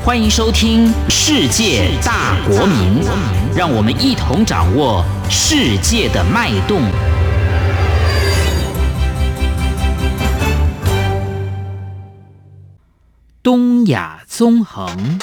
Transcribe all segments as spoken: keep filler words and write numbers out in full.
欢迎收听《世界大国民》，让我们一同掌握世界的脉动。东亚纵横。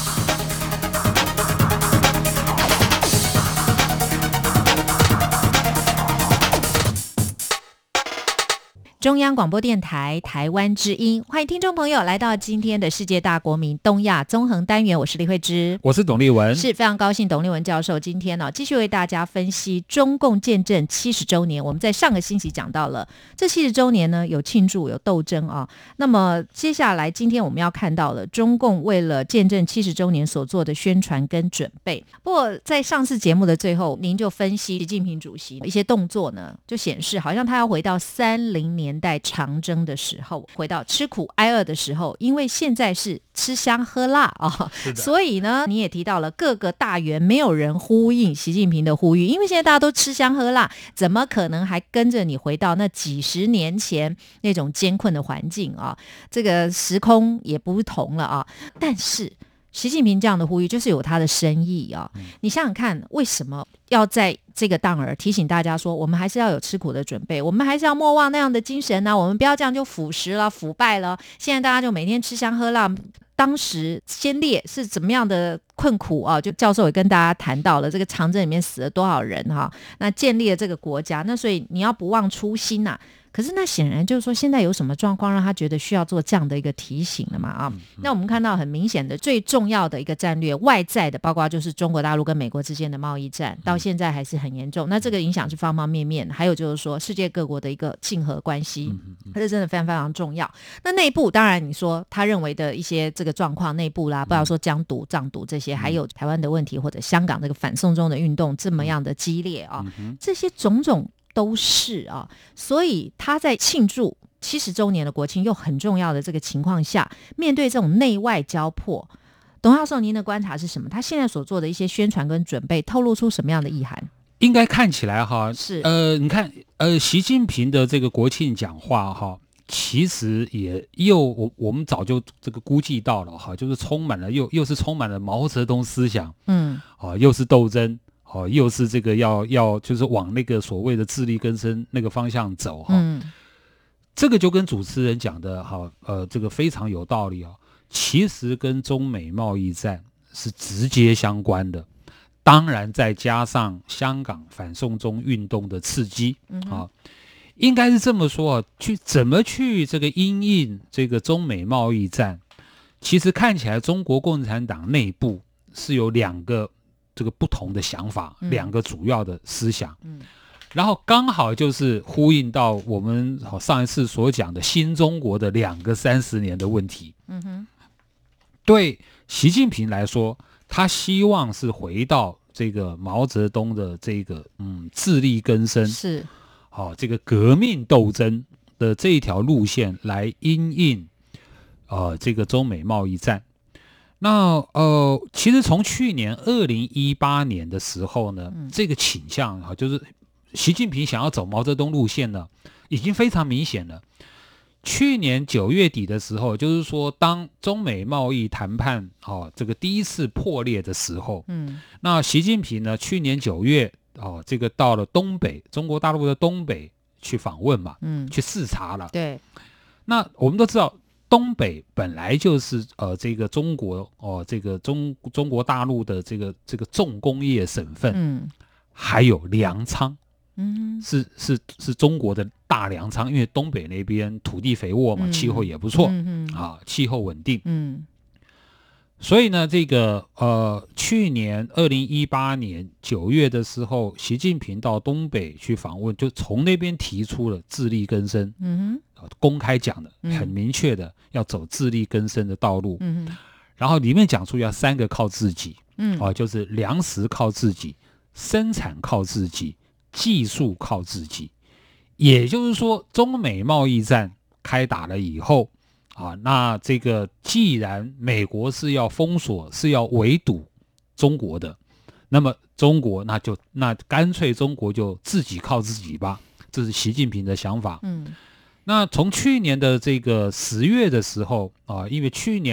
中央广播电台台湾之音，欢迎听众朋友来到今天的世界大国民东亚纵横单元，我是李慧芝， 我是董立文， 是非常高兴董立文教授今天呢、哦、继续为大家分析中共建政七十周年。我们在上个星期讲到了这七十周年呢有庆祝有斗争啊、哦，那么接下来今天我们要看到了中共为了建政七十周年所做的宣传跟准备。不过在上次节目的最后，您就分析习近平主席一些动作呢，就显示好像他要回到三零年代长征的时候，回到吃苦挨饿的时候，因为现在是吃香喝辣啊、哦，所以呢，你也提到了各个大员没有人呼应习近平的呼吁，因为现在大家都吃香喝辣，怎么可能还跟着你回到那几十年前那种艰困的环境啊？这个时空也不同了啊，但是习近平这样的呼吁就是有他的深意啊、嗯！你想想看，为什么要在这个当儿提醒大家说，我们还是要有吃苦的准备，我们还是要莫忘那样的精神啊！我们不要这样就腐蚀了、腐败了。现在大家就每天吃香喝辣，当时先烈是怎么样的困苦啊？就教授也跟大家谈到了这个长征里面死了多少人哈、啊，那建立了这个国家，那所以你要不忘初心呐、啊。可是那显然就是说现在有什么状况让他觉得需要做这样的一个提醒了嘛啊、嗯嗯？那我们看到很明显的最重要的一个战略外在的，包括就是中国大陆跟美国之间的贸易战，到现在还是很严重。那这个影响是方方面面，还有就是说世界各国的一个竞合关系，这真的非常非常重要。那内部当然你说他认为的一些这个状况内部啦，不要说疆独、藏独这些，还有台湾的问题或者香港这个反送中的运动这么样的激烈啊，这些种种都是啊，所以他在庆祝七十周年的国庆又很重要的这个情况下，面对这种内外交迫，董教授您的观察是什么？他现在所做的一些宣传跟准备透露出什么样的意涵？ 应该看起来哈， 是呃，你看呃，习近平的这个国庆讲话哈，其实也又我我们早就这个估计到了哈，就是充满了又又是充满了毛泽东思想，嗯，啊，又是斗争。哦，又是这个要要就是往那个所谓的自力更生那个方向走哈、嗯，这个就跟主持人讲的哈，呃，这个非常有道理啊、哦。其实跟中美贸易战是直接相关的，当然再加上香港反送中运动的刺激啊、嗯哦，应该是这么说，去怎么去这个因应这个中美贸易战，其实看起来中国共产党内部是有两个。这个不同的想法，嗯、两个主要的思想、嗯，然后刚好就是呼应到我们上一次所讲的新中国的两个三十年的问题。嗯哼，对习近平来说，他希望是回到这个毛泽东的这个嗯自力更生是好、哦、这个革命斗争的这一条路线来因应呃这个中美贸易战。那呃，其实从去年二零一八年的时候呢，嗯、这个倾向啊，就是习近平想要走毛泽东路线呢，已经非常明显了。去年九月底的时候，就是说，当中美贸易谈判哦这个第一次破裂的时候，嗯，那习近平呢，去年九月哦，这个到了东北，中国大陆的东北去访问嘛，嗯，去视察了。 对， 那我们都知道。东北本来就是呃这个中国哦、呃、这个中中国大陆的这个这个重工业省份，嗯，还有粮仓，嗯，是是是中国的大粮仓，因为东北那边土地肥沃嘛，嗯、气候也不错，嗯嗯啊，气候稳定，嗯，所以呢，这个呃去年二零一八年九月的时候，习近平到东北去访问，就从那边提出了自力更生，嗯哼。公开讲的很明确的、嗯、要走自力更生的道路、嗯、然后里面讲出要三个靠自己、嗯啊、就是粮食靠自己，生产靠自己，技术靠自己。也就是说中美贸易战开打了以后、啊、那这个既然美国是要封锁是要围堵中国的，那么中国那就那干脆中国就自己靠自己吧，这是习近平的想法。嗯，那从去年的这个十月的时候啊，因为去年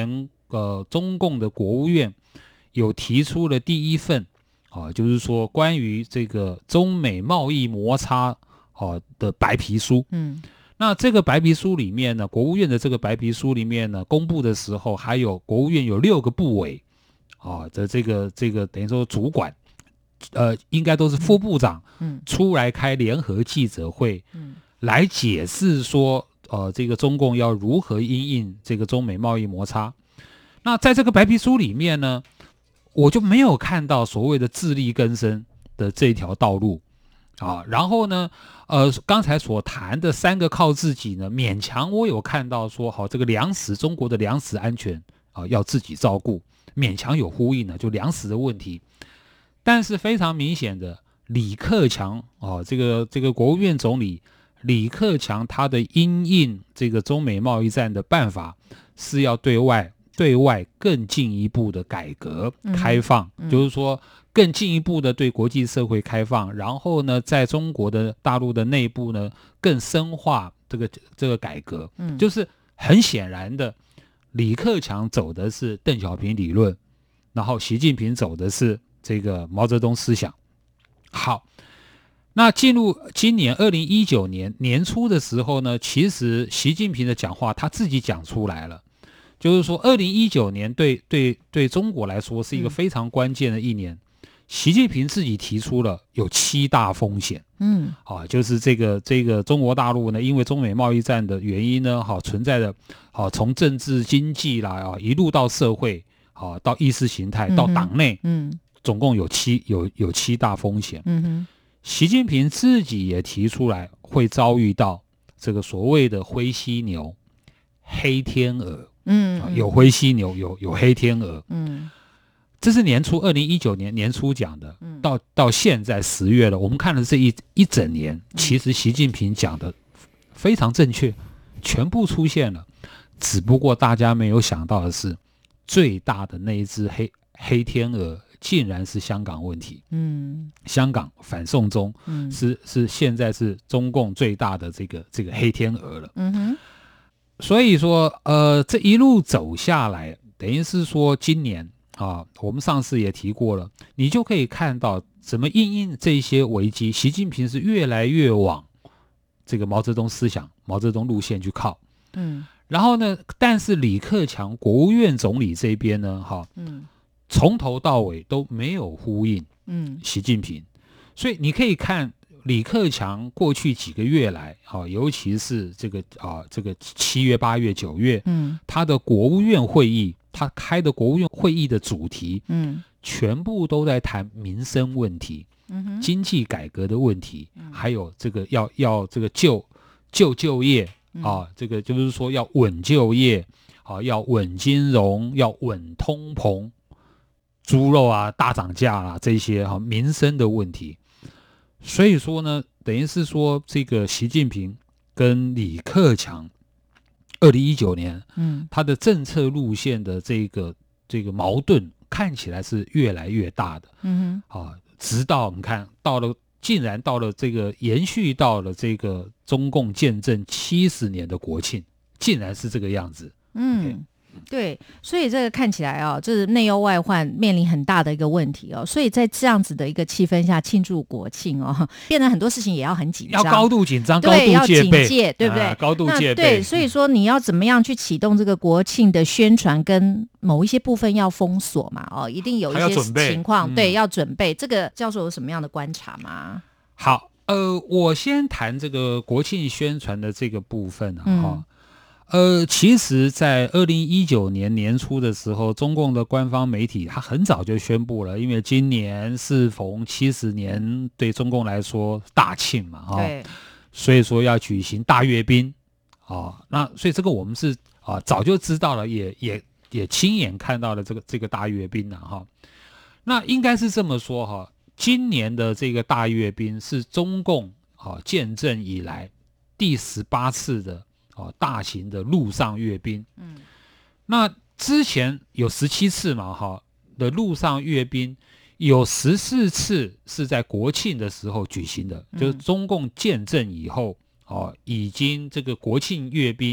呃中共的国务院有提出了第一份啊，就是说关于这个中美贸易摩擦啊的白皮书。 嗯， 那这个白皮书里面呢，国务院的这个白皮书里面呢，公布的时候还有国务院有六个部委啊的这个这个等于说主管，呃，应该都是副部长， 嗯， 出来开联合记者会， 嗯， 来解释说，呃，这个中共要如何因应这个中美贸易摩擦。那在这个白皮书里面呢，我就没有看到所谓的自力更生的这条道路啊。然后呢，呃，刚才所谈的三个靠自己呢，勉强我有看到说，好，这个粮食，中国的粮食安全啊，要自己照顾，勉强有呼应呢，就粮食的问题。但是非常明显的，李克强啊，这个这个国务院总理李克强，他的因应这个中美贸易战的办法是要对外对外更进一步的改革开放，嗯、就是说更进一步的对国际社会开放，然后呢，在中国的大陆的内部呢，更深化这个这个改革。嗯，就是很显然的，李克强走的是邓小平理论，然后习近平走的是这个毛泽东思想。好，那进入今年二零一九年年初的时候呢，其实习近平的讲话他自己讲出来了。就是说，二零一九年对对对中国来说是一个非常关键的一年。嗯、习近平自己提出了有七大风险，嗯，啊，就是这个这个中国大陆呢，因为中美贸易战的原因呢，好、啊、存在的，好、啊、从政治经济啦啊，一路到社会，好、啊、到意识形态，到党内，嗯，总共有七有有七大风险。嗯哼，习近平自己也提出来会遭遇到这个所谓的灰犀牛、黑天鹅。嗯，有灰犀牛，有有黑天鹅，嗯，这是年初二零一九年年初讲的，嗯、到到现在十月了，我们看了这一一整年，嗯、其实习近平讲的非常正确，全部出现了，只不过大家没有想到的是，最大的那一只黑黑天鹅竟然是香港问题，嗯，香港反送中，嗯，是是现在是中共最大的这个这个黑天鹅了，嗯哼。所以说，呃，这一路走下来，等于是说，今年啊，我们上次也提过了，你就可以看到怎么因应这些危机，习近平是越来越往这个毛泽东思想、毛泽东路线去靠。嗯，然后呢，但是李克强国务院总理这边呢，哈，嗯，从头到尾都没有呼应，嗯，习近平，所以你可以看。李克强过去几个月来，啊，尤其是这个啊，这个七月、八月、九月，嗯，他的国务院会议，他开的国务院会议的主题，嗯，全部都在谈民生问题，嗯哼，经济改革的问题，嗯、还有这个要要这个救救就业啊，这个就是说要稳就业，啊，要稳金融，要稳通膨，猪肉啊大涨价啊这些哈、啊、民生的问题。所以说呢，等于是说，这个习近平跟李克强，二零一九年，嗯，他的政策路线的这个这个矛盾看起来是越来越大的，嗯哼，啊，直到你看到了，竟然到了这个延续到了这个中共建政七十年的国庆，竟然是这个样子，嗯。Okay? 对，所以这个看起来啊，就是内忧外患面临很大的一个问题哦。所以在这样子的一个气氛下庆祝国庆哦，变得很多事情也要很紧张， 要高度紧张， 对， 高度戒备， 要警戒，对不对？ 啊、高度戒备。 对，所以说你要怎么样去启动这个国庆的宣传，跟某一些部分要封锁嘛？哦，一定有一些情况，对，要准备。这个教授有什么样的观察吗？ 好，呃，我先谈这个国庆宣传的这个部分啊，哈、嗯。呃，其实，在二零一九年年初的时候，中共的官方媒体他很早就宣布了，因为今年适逢七十年，对中共来说大庆嘛，哈、哦，所以说要举行大阅兵，啊、哦，那所以这个我们是啊早就知道了，也也也亲眼看到了这个这个大阅兵了哈、哦。那应该是这么说哈、哦，今年的这个大阅兵是中共啊建政以来第十八次的。哦，大型的陆上阅兵，嗯，那之前有十七次嘛，哈的陆上阅兵，有十四次是在国庆的时候举行的，嗯、就是中共建政以后，哦，已经这个国庆阅兵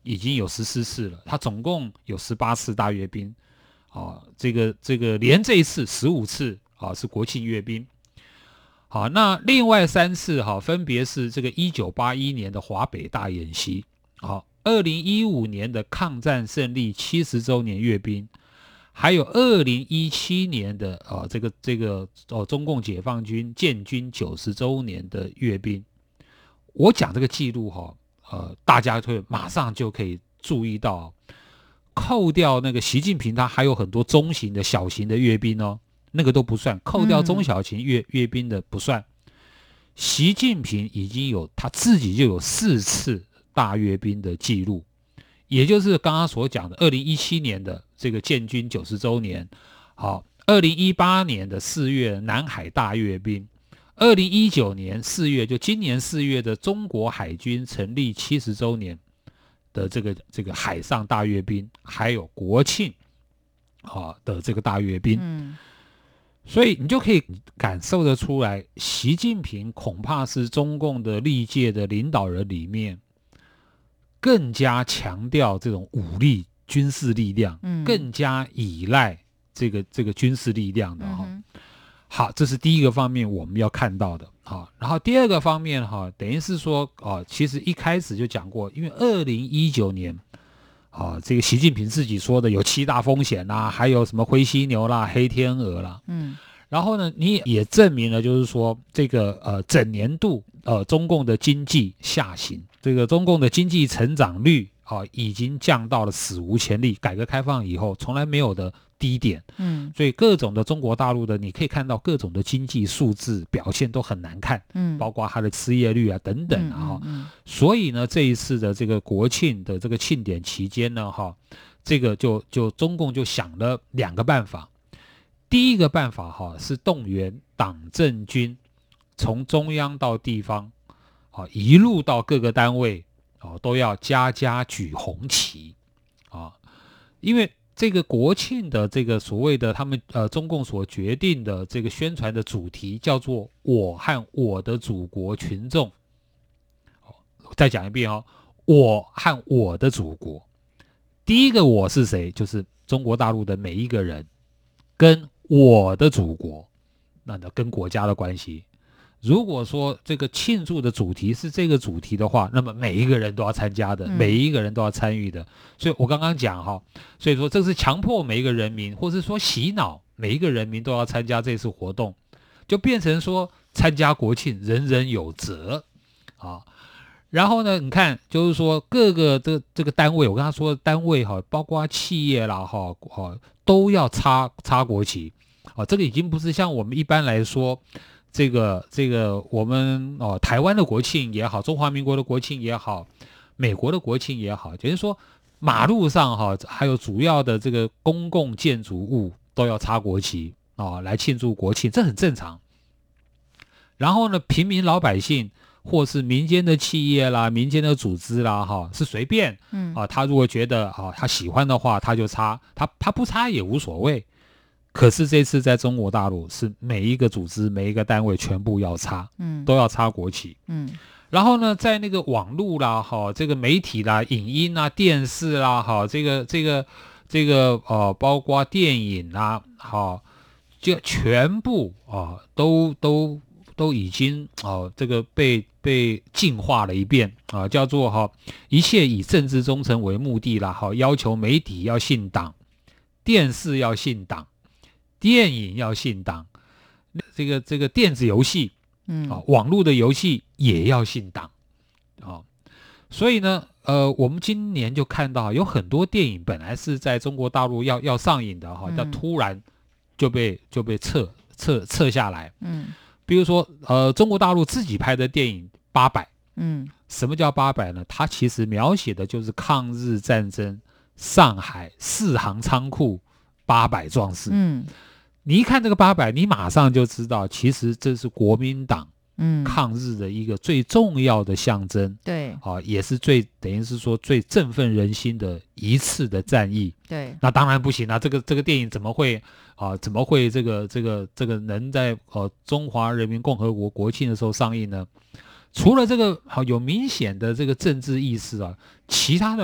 已经有十四次了，它总共有十八次大阅兵，啊，这个这个连这一次十五次啊是国庆阅兵。好，那另外三次哈、啊，分别是这个一九八一年的华北大演习，好，二零一五年的抗战胜利七十周年阅兵，还有二零一七年的啊这个这个哦中共解放军建军九十周年的阅兵。我讲这个记录哈、呃，大家会马上就可以注意到，扣掉那个习近平他还有很多中型的小型的阅兵哦。那个都不算，扣掉中小型阅阅兵的不算。习近平已经有他自己就有四次大阅兵的记录，也就是刚刚所讲的二零一七年的这个建军九十周年，好，二零一八年的四月南海大阅兵，二零一九年四月就今年四月的中国海军成立七十周年的这个这个海上大阅兵，还有国庆啊的这个大阅兵。嗯，所以你就可以感受得出来，习近平恐怕是中共的历届的领导人里面更加强调这种武力军事力量，嗯、更加依赖这个这个军事力量的哈、嗯。好，这是第一个方面我们要看到的。好，然后第二个方面哈，等于是说啊，其实一开始就讲过，因为二零一九年。啊，这个习近平自己说的有七大风险啦，还有什么灰犀牛啦、黑天鹅啦，嗯，然后呢，你也证明了，就是说这个呃整年度呃中共的经济下行，这个中共的经济成长率啊已经降到了史无前例，改革开放以后从来没有的低点，嗯，所以各种的中国大陆的你可以看到各种的经济数字表现都很难看，嗯，包括它的失业率啊等等啊、嗯嗯嗯、所以呢这一次的这个国庆的这个庆典期间呢哈，这个就就中共就想了两个办法，第一个办法哈是动员党政军从中央到地方啊一路到各个单位啊都要家家举红旗啊，因为这个国庆的这个所谓的他们呃中共所决定的这个宣传的主题叫做我和我的祖国群众，再讲一遍哦，我和我的祖国。第一个我是谁？就是中国大陆的每一个人，跟我的祖国，那跟国家的关系。如果说这个庆祝的主题是这个主题的话，那么每一个人都要参加的，嗯、每一个人都要参与的。所以我刚刚讲哈，所以说这是强迫每一个人民，或是说洗脑每一个人民都要参加这次活动，就变成说参加国庆人人有责啊。然后呢，你看就是说各个这这个单位，我跟他说单位哈，包括企业啦哈，哈都要插插国旗啊。这个已经不是像我们一般来说。这个这个我们哦，台湾的国庆也好，中华民国的国庆也好，美国的国庆也好，就是说马路上哈，还有主要的这个公共建筑物都要插国旗啊，来庆祝国庆，这很正常。然后呢，平民老百姓或是民间的企业啦、民间的组织啦，哈，是随便，嗯啊，他如果觉得啊他喜欢的话，他就插，他他不插也无所谓。可是这次在中国大陆是每一个组织每一个单位全部要插，嗯，都要插国旗，嗯，然后呢，在那个网络啦，哈，这个媒体啦、影音啦、电视啦，哈，这个这个这个呃，包括电影啦，哈，就全部啊，都都都已经啊，这个被被净化了一遍啊，叫做哈，一切以政治忠诚为目的啦，哈，要求媒体要信党，电视要信党。电影要信党，这个这个电子游戏，嗯啊，网络的游戏也要信党，啊，所以呢，呃，我们今年就看到有很多电影本来是在中国大陆要要上映的哈，但突然就被就被撤撤撤下来，嗯，比如说呃，中国大陆自己拍的电影《八佰》，嗯，什么叫八佰呢？它其实描写的就是抗日战争上海四行仓库八百壮士，嗯。你一看这个八百，你马上就知道，其实这是国民党抗日的一个最重要的象征，对、嗯，啊，也是最等于是说最振奋人心的一次的战役，对。那当然不行啊，这个这个电影怎么会啊？怎么会这个这个这个能在呃中华人民共和国国庆的时候上映呢？除了这个好有明显的这个政治意识啊，其他的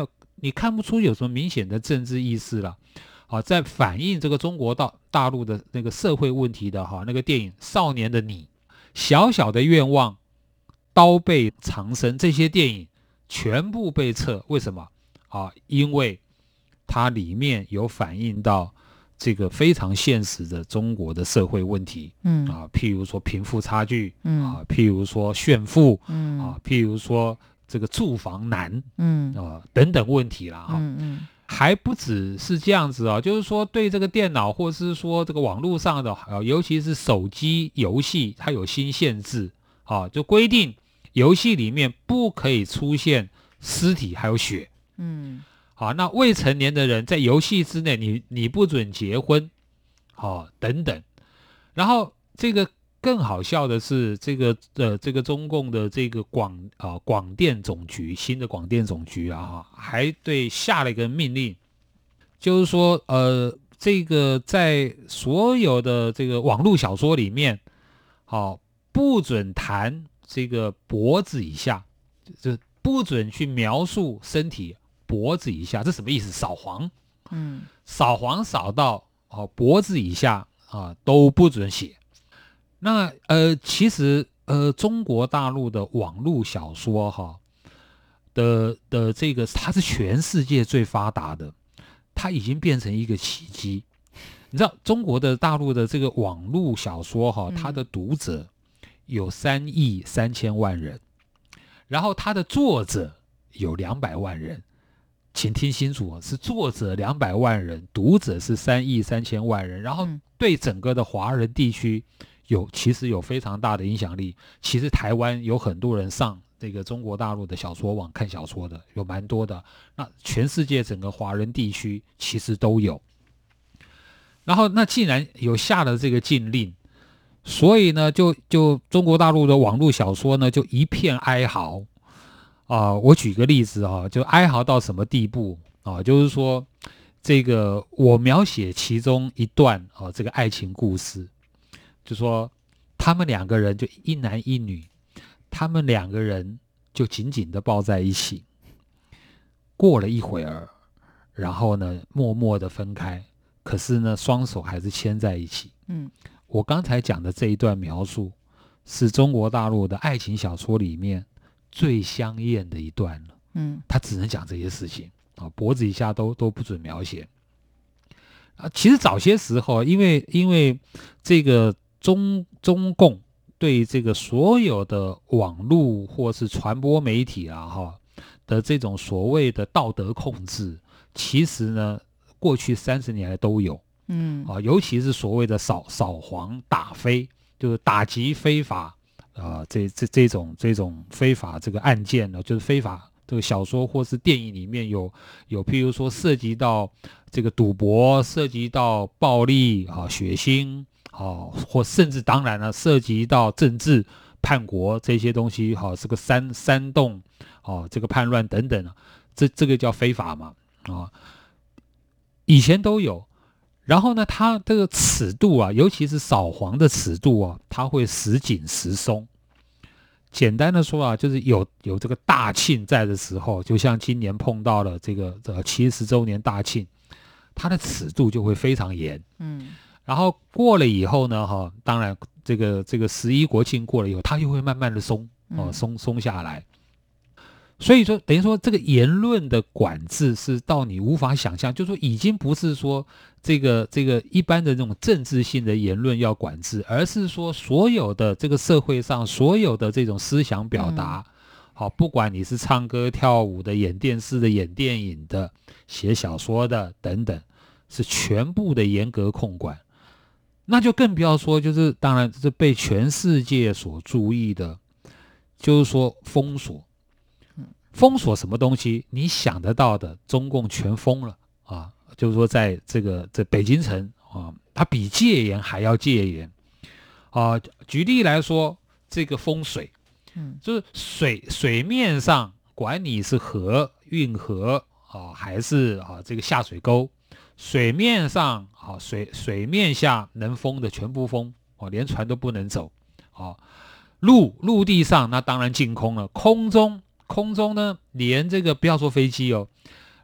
你看不出有什么明显的政治意识了。啊，在反映这个中国大大陆的那个社会问题的哈，那个电影《少年的你》、小小的愿望、刀背藏身这些电影全部被撤，为什么啊？因为它里面有反映到这个非常现实的中国的社会问题，嗯啊，譬如说贫富差距，嗯啊，譬如说炫富，嗯啊，譬如说这个住房难，嗯啊等等问题啦，哈，嗯嗯。还不只是这样子啊，就是说对这个电脑或是说这个网络上的啊，尤其是手机游戏，它有新限制啊，就规定游戏里面不可以出现尸体还有血，嗯，好，那未成年的人在游戏之内，你你不准结婚，好，等等，然后这个更好笑的是，这个呃这个中共的这个广啊、呃、广电总局新的广电总局啊，还对下了一个命令，就是说呃这个在所有的这个网络小说里面，好、哦、不准谈这个脖子以下，就不准去描述身体脖子以下，这什么意思？扫黄，嗯，扫黄扫到哦脖子以下啊都不准写。那呃，其实呃，中国大陆的网络小说哈的的这个，它是全世界最发达的，它已经变成一个奇迹。你知道，中国的大陆的这个网络小说哈，它的读者有三亿三千万人，然后它的作者有两百万人，请听清楚，是作者两百万人，读者是三亿三千万人，然后对整个的华人地区。有其实有非常大的影响力。其实台湾有很多人上这个中国大陆的小说网看小说的，有蛮多的。那全世界整个华人地区其实都有。然后那既然有下了这个禁令，所以呢，就就中国大陆的网络小说呢，就一片哀嚎啊、呃。我举个例子啊，就哀嚎到什么地步啊？就是说，这个我描写其中一段啊，这个爱情故事。就说他们两个人就一男一女，他们两个人就紧紧的抱在一起，过了一会儿，然后呢默默的分开，可是呢双手还是牵在一起。嗯，我刚才讲的这一段描述是中国大陆的爱情小说里面最香艳的一段了。嗯，他只能讲这些事情啊，脖子以下都都不准描写。啊，其实早些时候，因为因为这个。中中共对这个所有的网络或是传播媒体啊哈的这种所谓的道德控制，其实呢过去三十年来都有，嗯啊，尤其是所谓的扫扫黄打非，就是打击非法啊、呃、这这这种这种非法这个案件呢，就是非法这个小说或是电影里面有有譬如说涉及到这个赌博，涉及到暴力啊血腥。哦，或甚至当然了，涉及到政治叛国这些东西，好、哦，这个煽煽动，哦，这个叛乱等等，这这个叫非法嘛，啊、哦，以前都有。然后呢，它这个尺度啊，尤其是扫黄的尺度啊，它会时紧时松。简单的说啊，就是有有这个大庆在的时候，就像今年碰到了这个呃七十周年大庆，它的尺度就会非常严，嗯。然后过了以后呢，哈，当然这个这个十一国庆过了以后，它又会慢慢的松，哦，松松下来。所以说，等于说这个言论的管制是到你无法想象，就是说已经不是说这个这个一般的这种政治性的言论要管制，而是说所有的这个社会上所有的这种思想表达，好、嗯，不管你是唱歌跳舞的、演电视的、演电影的、写小说的等等，是全部的严格控管。那就更不要说，就是当然是被全世界所注意的，就是说封锁，封锁什么东西，你想得到的，中共全封了啊！就是说，在这个在北京城啊，它比戒严还要戒严啊。举例来说，这个封水，嗯，就是水水面上，管你是河、运河啊，还是啊这个下水沟。水面上啊，水水面下能封的全部封，哦，连船都不能走，哦，陆陆地上那当然净空了，空中空中呢，连这个不要说飞机哦，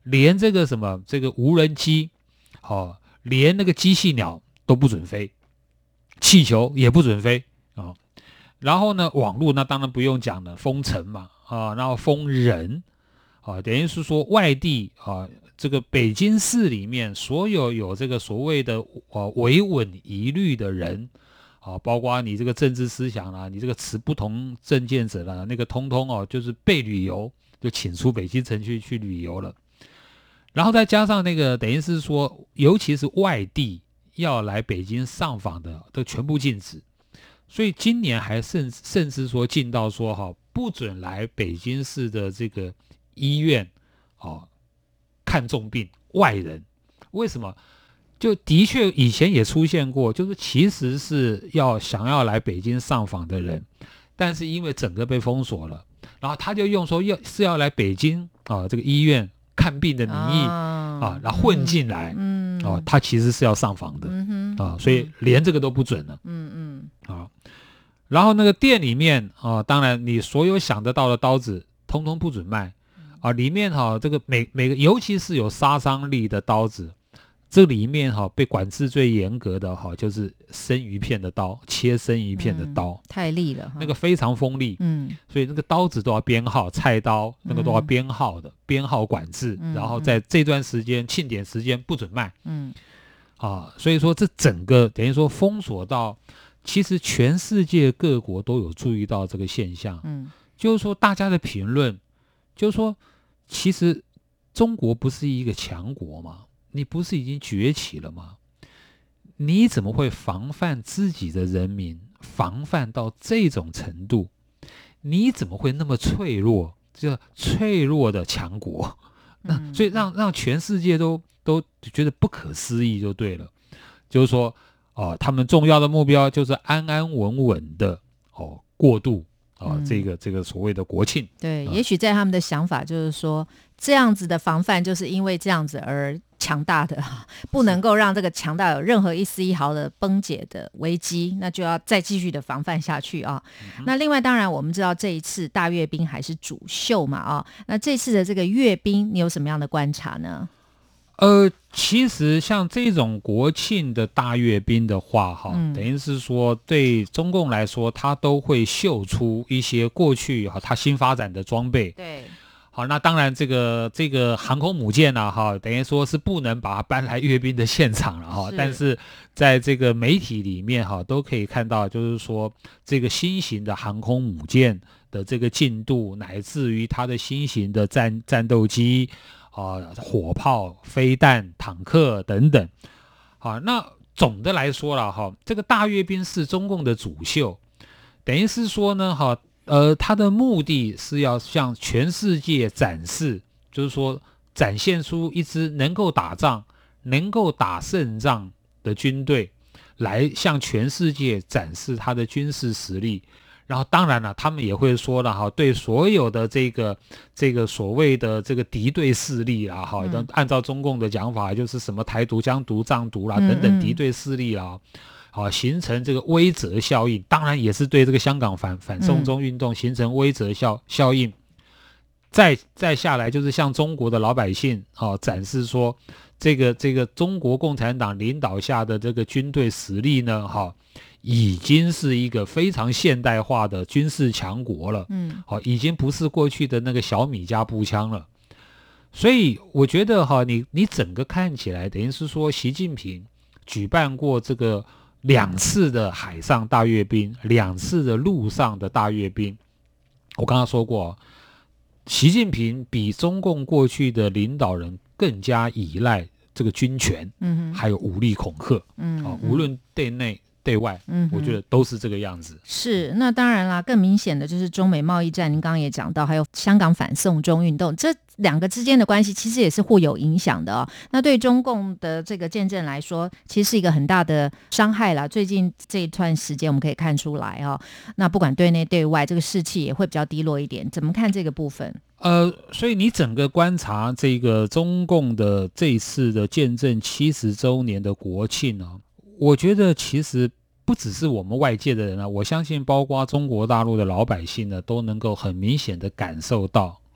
连这个什么这个无人机，哦，连那个机器鸟都不准飞，气球也不准飞啊、哦。然后呢，网络那当然不用讲了，封城嘛啊，然后封人啊，等于是说外地啊，这个北京市里面所有有这个所谓的呃维稳疑虑的人啊，包括你这个政治思想啦，你这个持不同政见者啦，那个通通哦，就是被旅游就请出北京城区去旅游了。然后再加上那个等于是说，尤其是外地要来北京上访的，都全部禁止。所以今年还甚甚至说禁到说哈，不准来北京市的这个医院哦看重病外人。为什么？就的确以前也出现过，就是其实是要想要来北京上访的人，但是因为整个被封锁了，然后他就用说要是要来北京啊这个医院看病的名义啊，啊然后混进来，嗯，哦、啊，他其实是要上访的，嗯啊，所以连这个都不准了，嗯嗯，啊。然后那个店里面啊，当然你所有想得到的刀子，通通不准卖啊。里面哈、啊，这个每每个，尤其是有杀伤力的刀子，这里面哈、啊、被管制最严格的哈、啊，就是生鱼片的刀，切生鱼片的刀，嗯、 太利了， 那个非常锋利，嗯，所以那个刀子都要编号，菜刀那个都要编号的，嗯、编号管制，嗯、然后在这段时间庆典时间不准卖，嗯，啊，所以说这整个等于说封锁到。其实全世界各国都有注意到这个现象，嗯，就是说大家的评论，就是说，其实中国不是一个强国吗？你不是已经崛起了吗？你怎么会防范自己的人民，防范到这种程度？你怎么会那么脆弱？这脆弱的强国，那所以让让全世界都都觉得不可思议，就对了，就是说。哦，他们重要的目标就是安安稳稳的哦过渡啊、哦嗯，这个这个所谓的国庆。 对、 嗯， 也许在他们的想法就是说，这样子的防范就是因为这样子而强大的，不能够让这个强大有任何一丝一毫的崩解的危机，那就要再继续的防范下去啊。嗯、那另外，当然我们知道这一次大阅兵还是主秀嘛啊，那这次的这个阅兵，你有什么样的观察呢？ 呃，其实像这种国庆的大阅兵的话，哈、嗯，等于是说对中共来说，它都会秀出一些过去哈它新发展的装备。 对， 好，那当然这个这个航空母舰啊，哈，等于说是不能把它搬来阅兵的现场了哈，但是在这个媒体里面哈，都可以看到，就是说这个新型的航空母舰的这个进度，乃至于它的新型的战战斗机。啊，火炮、飞弹、坦克等等，好，那总的来说了哈，这个大阅兵是中共的主秀，等于是说呢，哈，呃，它的目的是要向全世界展示，就是说展现出一支能够打仗、能够打胜仗的军队，来向全世界展示它的军事实力。然后当然了，他们也会说了哈，对所有的这个这个所谓的这个敌对势力啦哈，嗯、按照中共的讲法，就是什么台独、疆独、藏独啦等等敌对势力啦，啊，形成这个威慑效应。当然也是对这个香港反反送中运动形成威慑效效应。再再下来就是向中国的老百姓啊展示说，这个这个中国共产党领导下的这个军队实力呢，哈。已经是一个非常现代化的军事强国了，嗯，好，已经不是过去的那个小米加步枪了。所以我觉得哈，你你整个看起来，等于是说，习近平举办过这个两次的海上大阅兵，两次的陆上的大阅兵。我刚刚说过，习近平比中共过去的领导人更加依赖这个军权，嗯，还有武力恐吓，嗯，啊，无论对内。对外，嗯，我觉得都是这个样子。 是，那当然啦，更明显的就是中美贸易战，您刚刚也讲到，还有香港反送中运动，这两个之间的关系其实也是互有影响的哦。那对中共的这个建政来说，其实是一个很大的伤害啦。最近这一段时间我们可以看出来哦，那不管对内对外，这个士气也会比较低落一点。怎么看这个部分？ 呃，所以你整个观察这个中共的这一次的建政七十周年的国庆啊，我觉得其实不只是我们外界的人啊，我相信包括中国大陆的老百姓呢，都能够很明显的感受到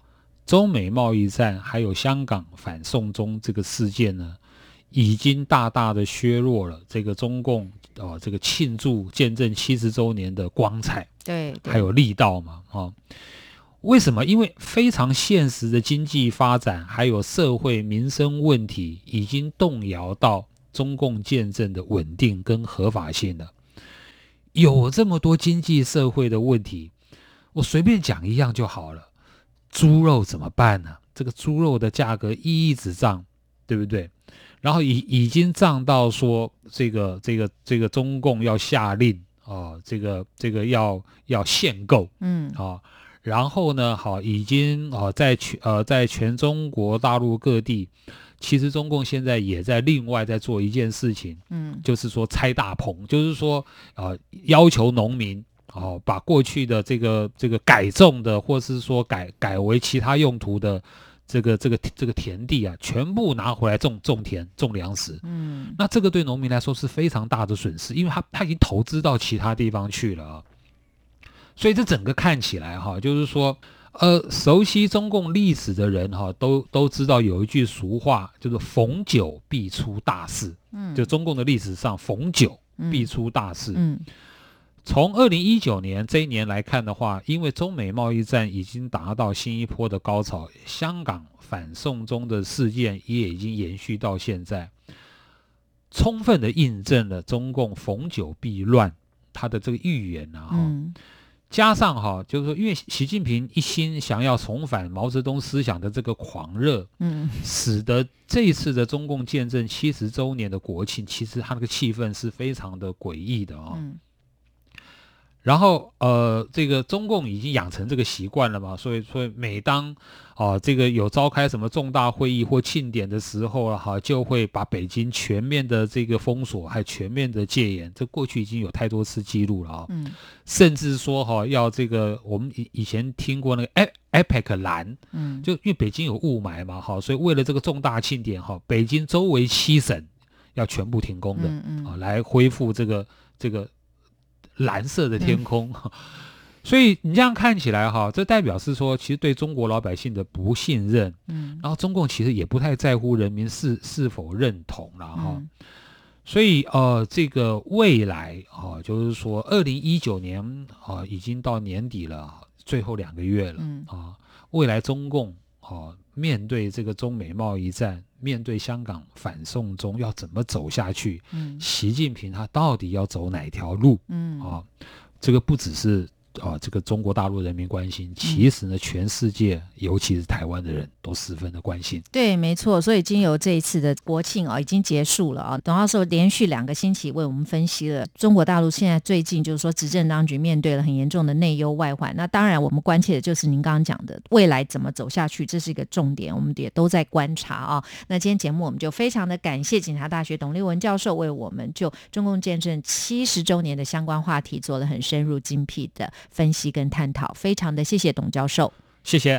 中美贸易战还有香港反送中这个事件呢，已经大大的削弱了这个中共哦这个庆祝建政七十周年的光彩， 对， 还有力道嘛，哦。为什么？因为非常现实的经济发展，还有社会民生问题，已经动摇到中共建政的稳定跟合法性了。有这么多经济社会的问题，我随便讲一样就好了。猪肉怎么办呢？这个猪肉的价格一直涨，对不对？然后已已经涨到说，这个这个这个中共要下令啊、哦，这个这个要要限购，嗯啊。哦然后呢，好，已经啊，在全呃在全中国大陆各地，其实中共现在也在另外在做一件事情，嗯，就是说拆大棚，就是说啊、呃，要求农民哦、呃，把过去的这个这个改种的，或是说改改为其他用途的这个这个这个田地啊，全部拿回来种种田种粮食，嗯，那这个对农民来说是非常大的损失，因为他他已经投资到其他地方去了啊。所以这整个看起来哈，就是说，呃，熟悉中共历史的人哈，都都知道有一句俗话，就是逢九必出大事。嗯，就中共的历史上，逢九必出大事。嗯，从二零一九年这一年来看的话，因为中美贸易战已经达到新一波的高潮，香港反送中的事件也已经延续到现在，充分的印证了中共逢九必乱他的这个预言啊。嗯加上哈，就是说，因为习近平一心想要重返毛泽东思想的这个狂热，嗯，使得这一次的中共建政七十周年的国庆，其实它那个气氛是非常的诡异的哦。嗯、然后呃，这个中共已经养成这个习惯了嘛，所以所以每当啊、呃、这个有召开什么重大会议或庆典的时候哈，就会把北京全面的这个封锁，还全面的戒严。这过去已经有太多次记录了啊。嗯。甚至说哈，要这个我们以以前听过那个 A P E C 蓝，嗯，就因为北京有雾霾嘛，哈，所以为了这个重大庆典哈，北京周围七省要全部停工的，嗯嗯，啊，来恢复这个这个蓝色的天空。嗯、所以你这样看起来哈，这代表是说，其实对中国老百姓的不信任，嗯，然后中共其实也不太在乎人民是是否认同了哈。嗯所以呃，这个未来啊、呃，就是说，二零一九年啊、呃，已经到年底了，最后两个月了啊、嗯呃。未来中共啊、呃，面对这个中美贸易战，面对香港反送中，要怎么走下去？嗯，习近平他到底要走哪条路？嗯啊、呃，这个不只是啊、呃，这个中国大陆人民关心，其实呢，全世界，尤其是台湾的人都十分的关心。 对，没错。所以经由这一次的国庆啊，已经结束了啊。董教授连续两个星期为我们分析了中国大陆现在最近就是说执政当局面对了很严重的内忧外患。那当然，我们关切的就是您刚刚讲的未来怎么走下去，这是一个重点，我们也都在观察啊。那今天节目我们就非常的感谢警察大学董立文教授为我们就中共建政七十周年的相关话题做了很深入精辟的分析跟探讨，非常的谢谢董教授， 谢谢。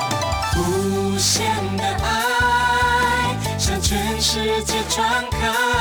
无限的爱向全世界传开。